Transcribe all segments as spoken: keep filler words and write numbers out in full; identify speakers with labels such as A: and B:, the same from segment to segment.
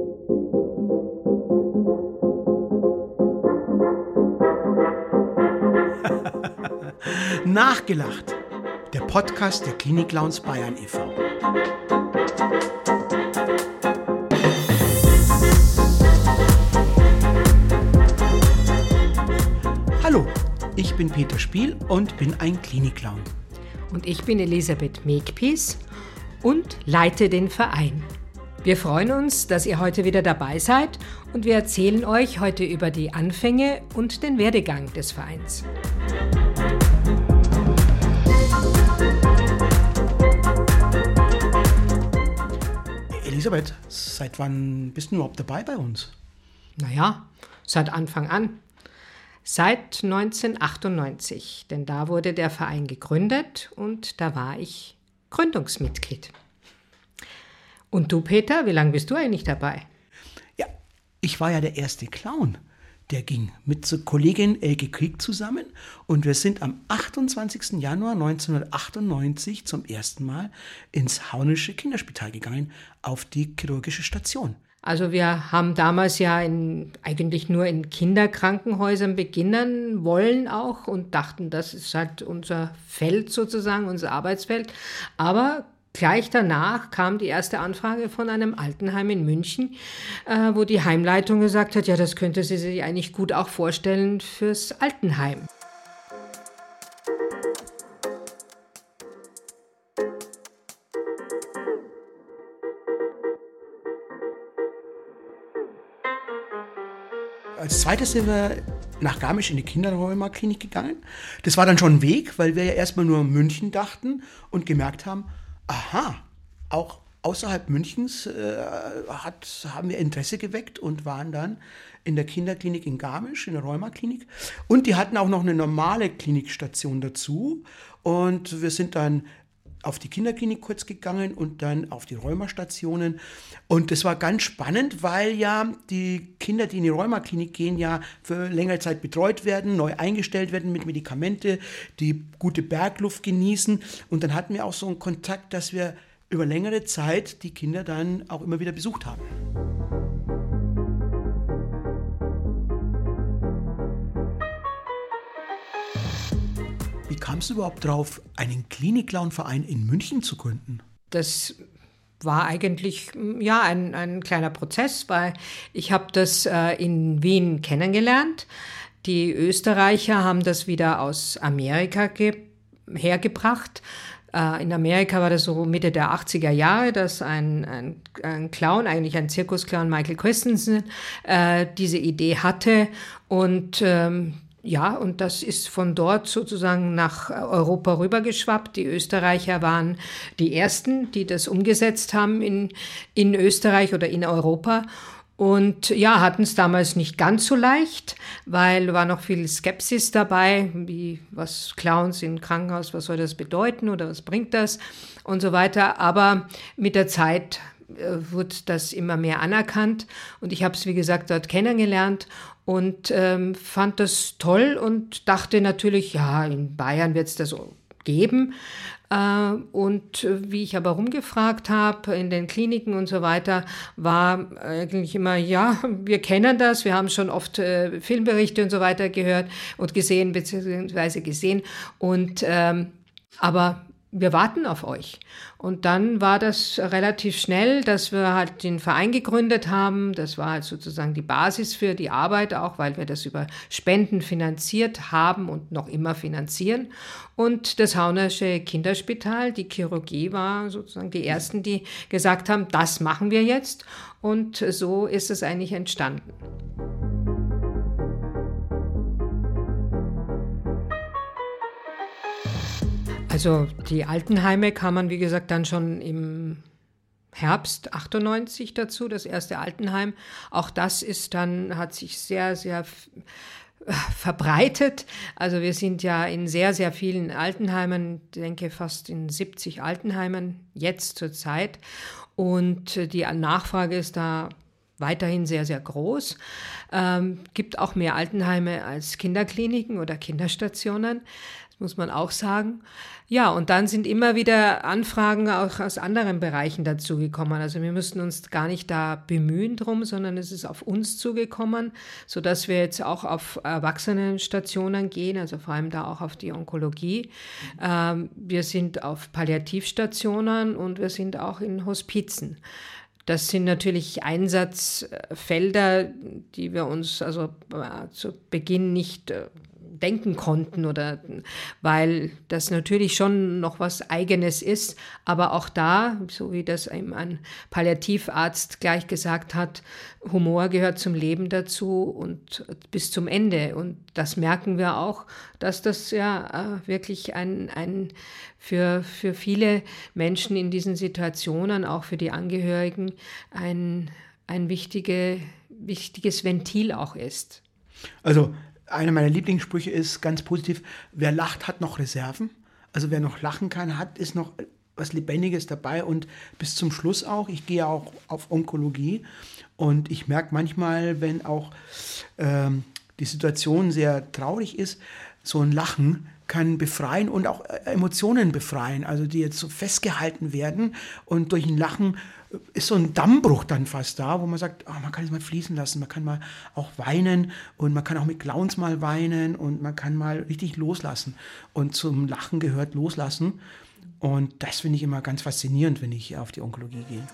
A: Nachgelacht, der Podcast der Klinik-Clowns Bayern e V Hallo, ich bin Peter Spiel und bin ein Klinik-Clown.
B: Und ich bin Elisabeth Megpies und leite den Verein. Wir freuen uns, dass ihr heute wieder dabei seid und wir erzählen euch heute über die Anfänge und den Werdegang des Vereins.
A: Elisabeth, seit wann bist du überhaupt dabei bei uns?
B: Naja, seit Anfang an. Seit neunzehnhundertachtundneunzig, denn da wurde der Verein gegründet und da war ich Gründungsmitglied. Und du, Peter, wie lange bist du eigentlich dabei?
A: Ja, ich war ja der erste Clown. Der ging mit zur Kollegin Elke Krieg zusammen und wir sind am achtundzwanzigsten Januar neunzehnhundertachtundneunzig zum ersten Mal ins Haunische Kinderspital gegangen, auf die chirurgische Station.
B: Also wir haben damals ja in, eigentlich nur in Kinderkrankenhäusern beginnen wollen auch und dachten, das ist halt unser Feld sozusagen, unser Arbeitsfeld. Aber gleich danach kam die erste Anfrage von einem Altenheim in München, äh, wo die Heimleitung gesagt hat, ja, das könnte sie sich eigentlich gut auch vorstellen fürs Altenheim.
A: Als zweites sind wir nach Garmisch in die Kinderrheuma-Klinik gegangen. Das war dann schon ein Weg, weil wir ja erstmal nur an München dachten und gemerkt haben, aha, auch außerhalb Münchens äh, hat, haben wir Interesse geweckt und waren dann in der Kinderklinik in Garmisch, in der Rheuma-Klinik. Und die hatten auch noch eine normale Klinikstation dazu. Und wir sind dann auf die Kinderklinik kurz gegangen und dann auf die Rheumastationen. Und das war ganz spannend, weil ja die Kinder, die in die Rheumaklinik gehen, ja für längere Zeit betreut werden, neu eingestellt werden mit Medikamente, die gute Bergluft genießen. Und dann hatten wir auch so einen Kontakt, dass wir über längere Zeit die Kinder dann auch immer wieder besucht haben. Wie kamst du überhaupt drauf, einen Klinik-Clown-Verein in München zu gründen?
B: Das war eigentlich ja ein, ein kleiner Prozess, weil ich habe das äh, in Wien kennengelernt. Die Österreicher haben das wieder aus Amerika ge- hergebracht. Äh, in Amerika war das so Mitte der achtziger Jahre, dass ein, ein, ein Clown, eigentlich ein Zirkusclown, Michael Christensen, äh, diese Idee hatte und ähm, Ja, und das ist von dort sozusagen nach Europa rübergeschwappt. Die Österreicher waren die Ersten, die das umgesetzt haben in, in Österreich oder in Europa. Und ja, hatten es damals nicht ganz so leicht, weil war noch viel Skepsis dabei, wie was Clowns im Krankenhaus, was soll das bedeuten oder was bringt das und so weiter. Aber mit der Zeit äh, wurde das immer mehr anerkannt und ich habe es, wie gesagt, dort kennengelernt. Und ähm, fand das toll und dachte natürlich, ja, in Bayern wird es das geben. Äh, und äh, wie ich aber rumgefragt habe in den Kliniken und so weiter, war eigentlich immer, ja, wir kennen das, wir haben schon oft äh, Filmberichte und so weiter gehört und gesehen, beziehungsweise gesehen. Und ähm, aber wir warten auf euch. Und dann war das relativ schnell, dass wir halt den Verein gegründet haben. Das war halt sozusagen die Basis für die Arbeit, auch weil wir das über Spenden finanziert haben und noch immer finanzieren. Und das Haunische Kinderspital, die Chirurgie, war sozusagen die ersten, die gesagt haben, das machen wir jetzt. Und so ist es eigentlich entstanden. Also die Altenheime kam man, wie gesagt, dann schon im Herbst achtundneunzig dazu, das erste Altenheim. Auch das ist dann, hat sich sehr, sehr f- verbreitet. Also wir sind ja in sehr, sehr vielen Altenheimen, ich denke fast in siebzig Altenheimen jetzt zur Zeit. Und die Nachfrage ist da weiterhin sehr, sehr groß. Ähm, gibt auch mehr Altenheime als Kinderkliniken oder Kinderstationen. Das muss man auch sagen. Ja, und dann sind immer wieder Anfragen auch aus anderen Bereichen dazugekommen. Also wir mussten uns gar nicht da bemühen drum, sondern es ist auf uns zugekommen, sodass wir jetzt auch auf Erwachsenenstationen gehen, also vor allem da auch auf die Onkologie. Ähm, wir sind auf Palliativstationen und wir sind auch in Hospizen. Das sind natürlich Einsatzfelder, die wir uns also zu Beginn nicht denken konnten, oder weil das natürlich schon noch was Eigenes ist, aber auch da, so wie das eben ein Palliativarzt gleich gesagt hat, Humor gehört zum Leben dazu und bis zum Ende, und das merken wir auch, dass das ja wirklich ein, ein für, für viele Menschen in diesen Situationen, auch für die Angehörigen, ein, ein wichtige, wichtiges Ventil auch ist.
A: Also einer meiner Lieblingssprüche ist ganz positiv: Wer lacht, hat noch Reserven. Also wer noch lachen kann, hat, ist noch was Lebendiges dabei, und bis zum Schluss auch. Ich gehe auch auf Onkologie und ich merke manchmal, wenn auch ähm, die Situation sehr traurig ist, so ein Lachen kann befreien und auch Emotionen befreien, also die jetzt so festgehalten werden, und durch ein Lachen ist so ein Dammbruch dann fast da, wo man sagt, oh, man kann es mal fließen lassen, man kann mal auch weinen und man kann auch mit Clowns mal weinen und man kann mal richtig loslassen, und zum Lachen gehört Loslassen, und das finde ich immer ganz faszinierend, wenn ich auf die Onkologie gehe.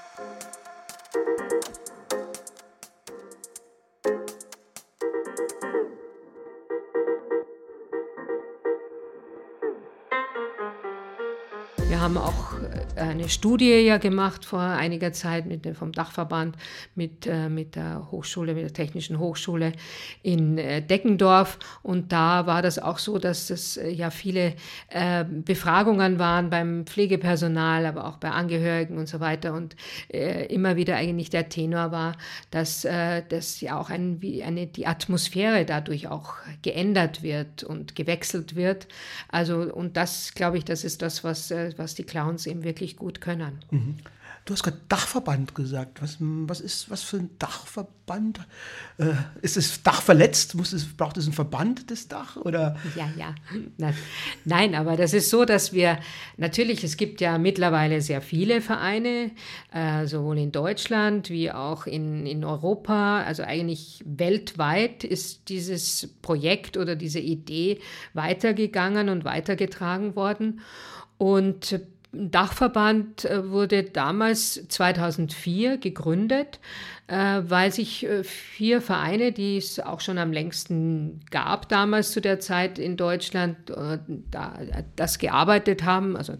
B: Wir haben auch eine Studie ja gemacht vor einiger Zeit mit dem, vom Dachverband mit, äh, mit der Hochschule, mit der Technischen Hochschule in äh, Deckendorf. Und da war das auch so, dass das äh, ja viele äh, Befragungen waren beim Pflegepersonal, aber auch bei Angehörigen und so weiter. Und äh, immer wieder eigentlich der Tenor war, dass, äh, dass ja auch ein, wie eine, die Atmosphäre dadurch auch geändert wird und gewechselt wird. Also, und das, glaube ich, das ist das, was, äh, was die Clowns eben wirklich gut können.
A: Mhm. Du hast gerade Dachverband gesagt. Was, was ist was für ein Dachverband? Äh, ist das Dach verletzt? Muss es, braucht es einen Verband, das Dach? Oder?
B: Ja, ja. Nein, aber das ist so, dass wir natürlich, es gibt ja mittlerweile sehr viele Vereine, äh, sowohl in Deutschland wie auch in, in Europa. Also eigentlich weltweit ist dieses Projekt oder diese Idee weitergegangen und weitergetragen worden. Und Dachverband wurde damals zweitausendvier gegründet, weil sich vier Vereine, die es auch schon am längsten gab damals zu der Zeit in Deutschland, da, das gearbeitet haben, also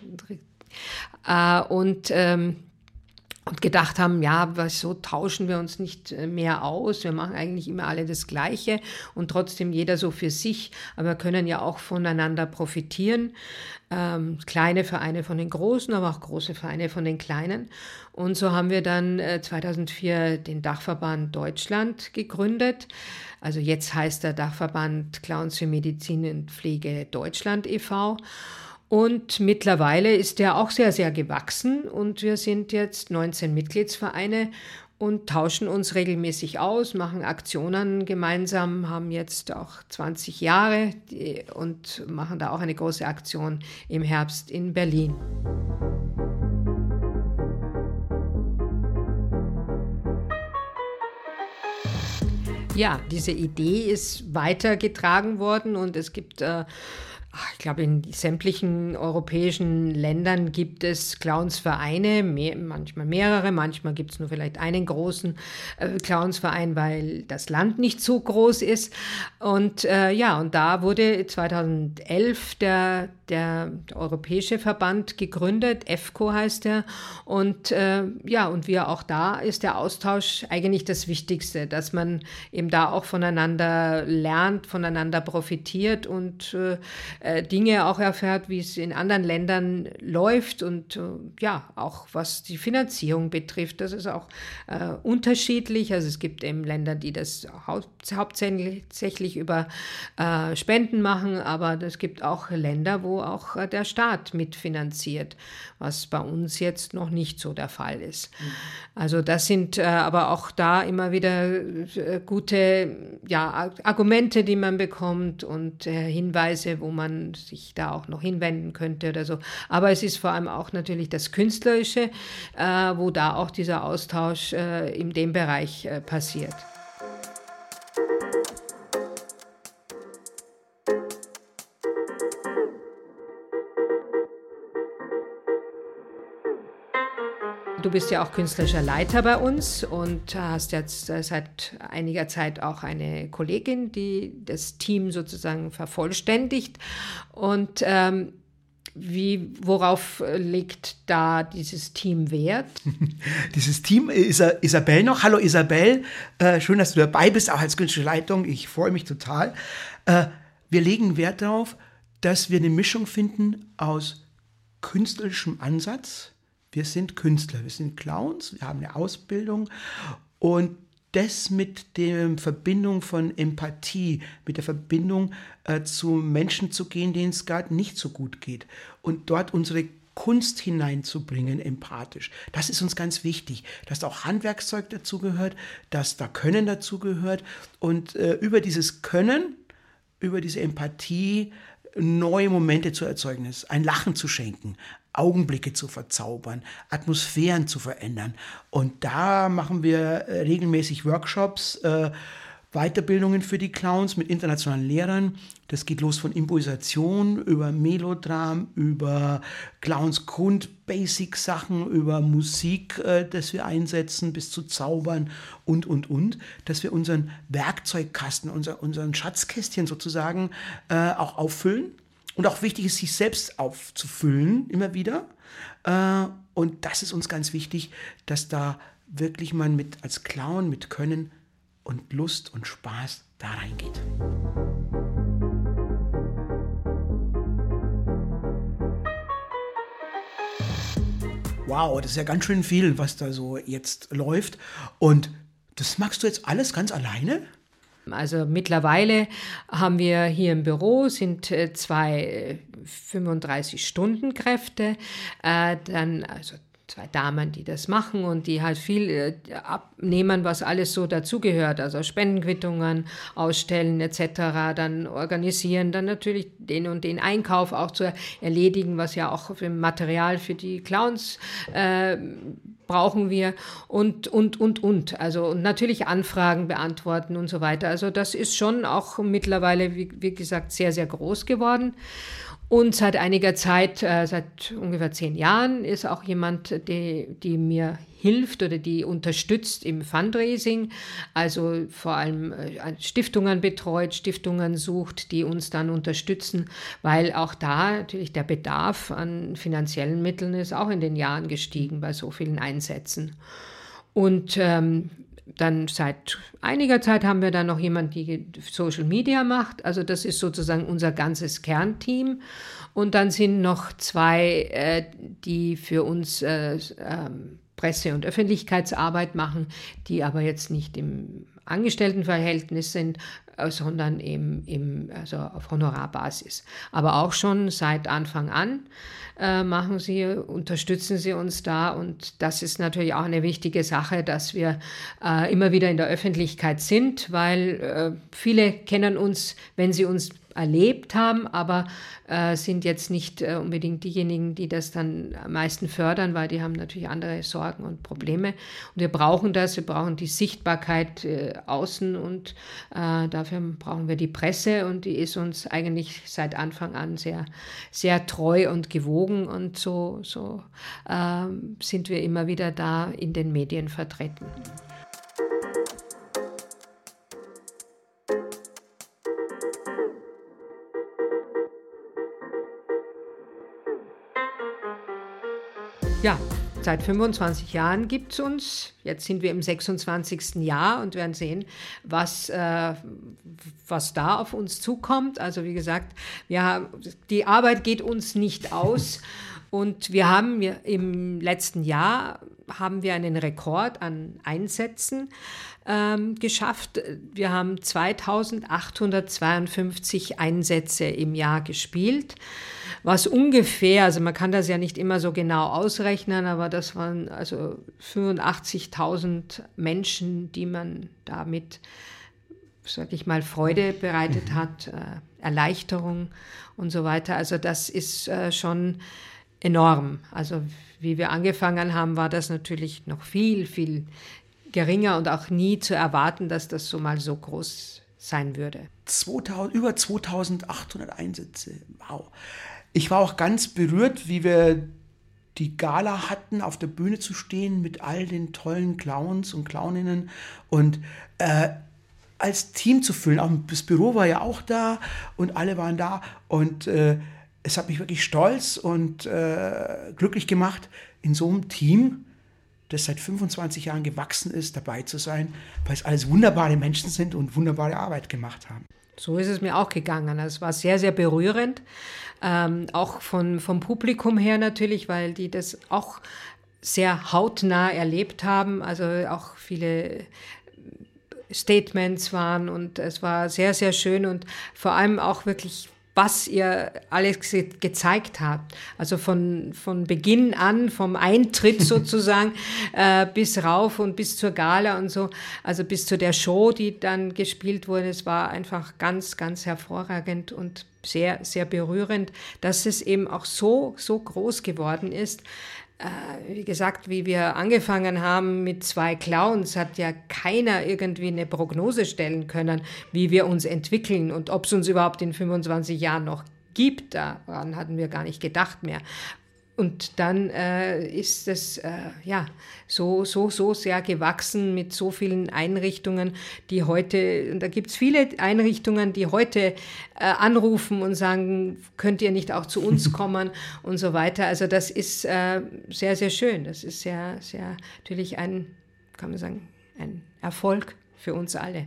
B: da und ähm, und gedacht haben, ja, so tauschen wir uns nicht mehr aus, wir machen eigentlich immer alle das Gleiche und trotzdem jeder so für sich, aber wir können ja auch voneinander profitieren. Ähm, kleine Vereine von den Großen, aber auch große Vereine von den Kleinen. Und so haben wir dann äh, zweitausendvier den Dachverband Deutschland gegründet. Also jetzt heißt der Dachverband Clowns für Medizin und Pflege Deutschland e V Und mittlerweile ist der auch sehr, sehr gewachsen und wir sind jetzt neunzehn Mitgliedsvereine und tauschen uns regelmäßig aus, machen Aktionen gemeinsam, haben jetzt auch zwanzig Jahre und machen da auch eine große Aktion im Herbst in Berlin. Ja, diese Idee ist weitergetragen worden und es gibt äh, ich glaube, in sämtlichen europäischen Ländern gibt es Clownsvereine, mehr, manchmal mehrere, manchmal gibt es nur vielleicht einen großen äh, Clownsverein, weil das Land nicht so groß ist. Und äh, ja, und da wurde zweitausendelf der, der, der Europäische Verband gegründet, E F C O heißt er. Und äh, ja, und wir auch da ist der Austausch eigentlich das Wichtigste, dass man eben da auch voneinander lernt, voneinander profitiert und äh, Dinge auch erfährt, wie es in anderen Ländern läuft und äh, ja, auch was die Finanzierung betrifft, das ist auch äh, unterschiedlich. Also es gibt eben Länder, die das hau- hauptsächlich über äh, Spenden machen, aber es gibt auch Länder, wo auch äh, der Staat mitfinanziert, was bei uns jetzt noch nicht so der Fall ist. Mhm. Also das sind äh, aber auch da immer wieder äh, gute ja, Argumente, die man bekommt und äh, Hinweise, wo man man sich da auch noch hinwenden könnte oder so. Aber es ist vor allem auch natürlich das Künstlerische, äh, wo da auch dieser Austausch äh, in dem Bereich äh, passiert. Du bist ja auch künstlerischer Leiter bei uns und hast jetzt seit einiger Zeit auch eine Kollegin, die das Team sozusagen vervollständigt. Und ähm, wie, worauf legt da dieses Team Wert?
A: Dieses Team, Isa, Isabel noch. Hallo Isabel, äh, schön, dass du dabei bist, auch als künstlerische Leitung. Ich freue mich total. Äh, wir legen Wert darauf, dass wir eine Mischung finden aus künstlerischem Ansatz. Wir sind Künstler, wir sind Clowns, wir haben eine Ausbildung und das mit der Verbindung von Empathie, mit der Verbindung äh, zu Menschen zu gehen, denen es gerade nicht so gut geht und dort unsere Kunst hineinzubringen, empathisch. Das ist uns ganz wichtig, dass da auch Handwerkszeug dazugehört, dass da Können dazugehört und äh, über dieses Können, über diese Empathie neue Momente zu erzeugen ist, ein Lachen zu schenken, Augenblicke zu verzaubern, Atmosphären zu verändern. Und da machen wir äh, regelmäßig Workshops, äh, Weiterbildungen für die Clowns mit internationalen Lehrern. Das geht los von Improvisation über Melodram, über Clowns Grund-Basic-Sachen, über Musik, äh, das wir einsetzen, bis zu Zaubern und, und, und. Dass wir unseren Werkzeugkasten, unser, unseren Schatzkästchen sozusagen äh, auch auffüllen. Und auch wichtig ist, sich selbst aufzufüllen, immer wieder. Äh, und das ist uns ganz wichtig, dass da wirklich man mit als Clown mit Können und Lust und Spaß da reingeht. Wow, das ist ja ganz schön viel, was da so jetzt läuft. Und das machst du jetzt alles ganz alleine?
B: Also mittlerweile haben wir hier im Büro sind zwei fünfunddreißig-Stunden-Kräfte, äh, dann also zwei Damen, die das machen und die halt viel äh, abnehmen, was alles so dazugehört, also Spendenquittungen ausstellen et cetera, dann organisieren, dann natürlich den und den Einkauf auch zu erledigen, was ja auch für Material für die Clowns äh, brauchen wir und, und, und, und. Also und natürlich Anfragen beantworten und so weiter. Also das ist schon auch mittlerweile, wie, wie gesagt, sehr, sehr groß geworden. Und seit einiger Zeit, äh, seit ungefähr zehn Jahren, ist auch jemand, die, die mir hilft oder die unterstützt im Fundraising, also vor allem äh, Stiftungen betreut, Stiftungen sucht, die uns dann unterstützen, weil auch da natürlich der Bedarf an finanziellen Mitteln ist auch in den Jahren gestiegen bei so vielen Einsätzen. Und ähm, dann seit einiger Zeit haben wir dann noch jemanden, die Social Media macht. Also das ist sozusagen unser ganzes Kernteam. Und dann sind noch zwei, äh, die für uns äh, äh, Presse- und Öffentlichkeitsarbeit machen, die aber jetzt nicht im Angestelltenverhältnis sind, äh, sondern im, im, also auf Honorarbasis. Aber auch schon seit Anfang an äh, machen sie, unterstützen sie uns da. Und das ist natürlich auch eine wichtige Sache, dass wir äh, immer wieder in der Öffentlichkeit sind, weil äh, viele kennen uns, wenn sie uns erlebt haben, aber äh, sind jetzt nicht äh, unbedingt diejenigen, die das dann am meisten fördern, weil die haben natürlich andere Sorgen und Probleme. Und wir brauchen das, wir brauchen die Sichtbarkeit äh, außen und äh, dafür brauchen wir die Presse und die ist uns eigentlich seit Anfang an sehr, sehr treu und gewogen und so, so äh, sind wir immer wieder da in den Medien vertreten. Ja, seit fünfundzwanzig Jahren gibt es uns. Jetzt sind wir im sechsundzwanzigsten Jahr und werden sehen, was, äh, was da auf uns zukommt. Also wie gesagt, wir haben, die Arbeit geht uns nicht aus. Und wir haben im letzten Jahr haben wir einen Rekord an Einsätzen ähm, geschafft. Wir haben zweitausendachthundertzweiundfünfzig Einsätze im Jahr gespielt, was ungefähr, also man kann das ja nicht immer so genau ausrechnen, aber das waren also fünfundachtzigtausend Menschen, die man damit sag ich mal, Freude bereitet mhm. hat, äh, Erleichterung und so weiter. Also das ist äh, schon enorm. Also wie wir angefangen haben, war das natürlich noch viel, viel geringer und auch nie zu erwarten, dass das so mal so groß sein würde.
A: zweitausend, über zweitausendachthundert Einsätze, wow. Ich war auch ganz berührt, wie wir die Gala hatten, auf der Bühne zu stehen mit all den tollen Clowns und Clowninnen und äh, als Team zu füllen. Auch das Büro war ja auch da und alle waren da und äh, es hat mich wirklich stolz und äh, glücklich gemacht, in so einem Team, das seit fünfundzwanzig Jahren gewachsen ist, dabei zu sein, weil es alles wunderbare Menschen sind und wunderbare Arbeit gemacht haben.
B: So ist es mir auch gegangen. Es war sehr, sehr berührend, ähm, auch von, vom Publikum her natürlich, weil die das auch sehr hautnah erlebt haben, also auch viele Statements waren und es war sehr, sehr schön und vor allem auch wirklich, was ihr alles ge- gezeigt habt. Also von, von Beginn an, vom Eintritt sozusagen, äh, bis rauf und bis zur Gala und so, also bis zu der Show, die dann gespielt wurde. Es war einfach ganz, ganz hervorragend und sehr, sehr berührend, dass es eben auch so, so groß geworden ist. Äh, wie gesagt, wie wir angefangen haben mit zwei Clowns, hat ja keiner irgendwie eine Prognose stellen können, wie wir uns entwickeln und ob es uns überhaupt in fünfundzwanzig Jahren noch gibt. Daran hatten wir gar nicht gedacht mehr. Und dann äh, ist es äh, ja so, so, so sehr gewachsen mit so vielen Einrichtungen, die heute, und da gibt es viele Einrichtungen, die heute äh, anrufen und sagen, könnt ihr nicht auch zu uns kommen und so weiter. Also das ist äh, sehr, sehr schön. Das ist sehr, sehr natürlich ein, kann man sagen, ein Erfolg für uns alle.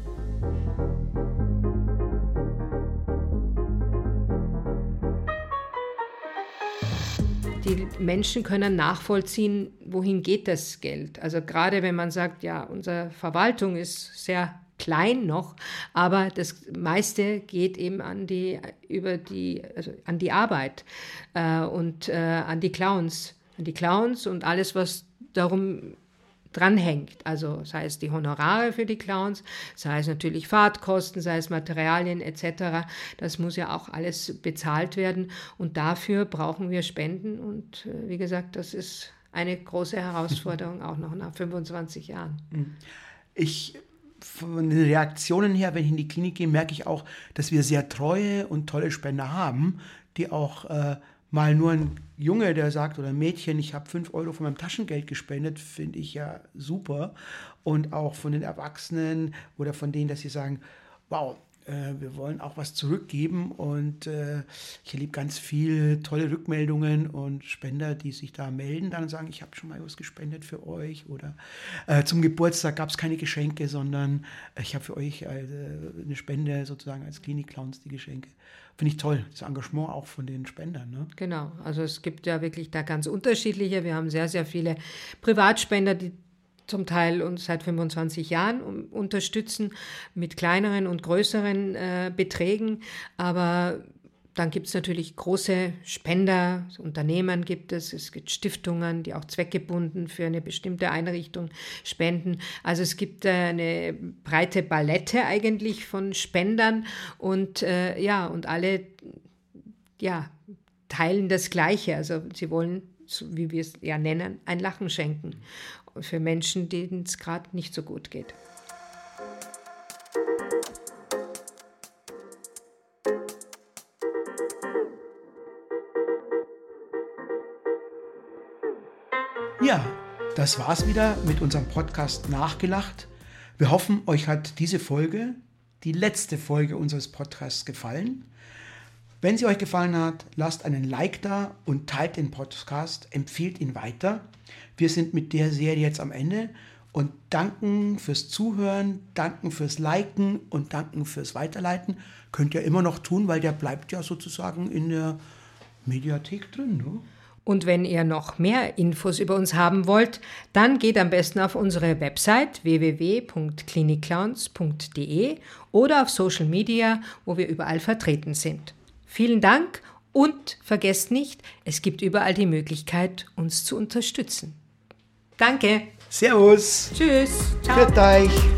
B: Die Menschen können nachvollziehen, wohin geht das Geld. Also gerade wenn man sagt, ja, unsere Verwaltung ist sehr klein noch, aber das meiste geht eben an die, über die, also an die Arbeit äh, und äh, an die Clowns, an die Clowns und alles, was darum dranhängt. Also sei es die Honorare für die Clowns, sei es natürlich Fahrtkosten, sei es Materialien et cetera. Das muss ja auch alles bezahlt werden und dafür brauchen wir Spenden und äh, wie gesagt, das ist eine große Herausforderung, auch noch nach fünfundzwanzig Jahren.
A: Ich, von den Reaktionen her, wenn ich in die Klinik gehe, merke ich auch, dass wir sehr treue und tolle Spender haben, die auch äh, mal nur ein Junge, der sagt, oder ein Mädchen, ich habe fünf Euro von meinem Taschengeld gespendet, finde ich ja super. Und auch von den Erwachsenen oder von denen, dass sie sagen, wow, äh, wir wollen auch was zurückgeben. Und äh, ich erlebe ganz viele tolle Rückmeldungen und Spender, die sich da melden dann und sagen, ich habe schon mal was gespendet für euch. Oder äh, zum Geburtstag gab es keine Geschenke, sondern ich habe für euch äh, eine Spende sozusagen als Klinik-Clowns die Geschenke. Finde ich toll, das Engagement auch von den Spendern. Ne?
B: Genau, also es gibt ja wirklich da ganz unterschiedliche. Wir haben sehr, sehr viele Privatspender, die zum Teil uns seit fünfundzwanzig Jahren um, unterstützen mit kleineren und größeren äh, Beträgen. Aber dann gibt es natürlich große Spender, Unternehmen gibt es, es gibt Stiftungen, die auch zweckgebunden für eine bestimmte Einrichtung spenden. Also es gibt äh, eine breite Palette eigentlich von Spendern und äh, ja, und alle ja, teilen das Gleiche. Also sie wollen, so wie wir es ja nennen, ein Lachen schenken für Menschen, denen es gerade nicht so gut geht.
A: Ja, das war's wieder mit unserem Podcast Nachgelacht. Wir hoffen, euch hat diese Folge, die letzte Folge unseres Podcasts, gefallen. Wenn sie euch gefallen hat, lasst einen Like da und teilt den Podcast, empfehlt ihn weiter. Wir sind mit der Serie jetzt am Ende und danken fürs Zuhören, danken fürs Liken und danken fürs Weiterleiten. Könnt ihr immer noch tun, weil der bleibt ja sozusagen in der Mediathek drin, ne?
B: Und wenn ihr noch mehr Infos über uns haben wollt, dann geht am besten auf unsere Website w w w punkt klinikclowns punkt d e oder auf Social Media, wo wir überall vertreten sind. Vielen Dank und vergesst nicht, es gibt überall die Möglichkeit, uns zu unterstützen. Danke.
A: Servus.
B: Tschüss. Ciao.
A: Grüß euch.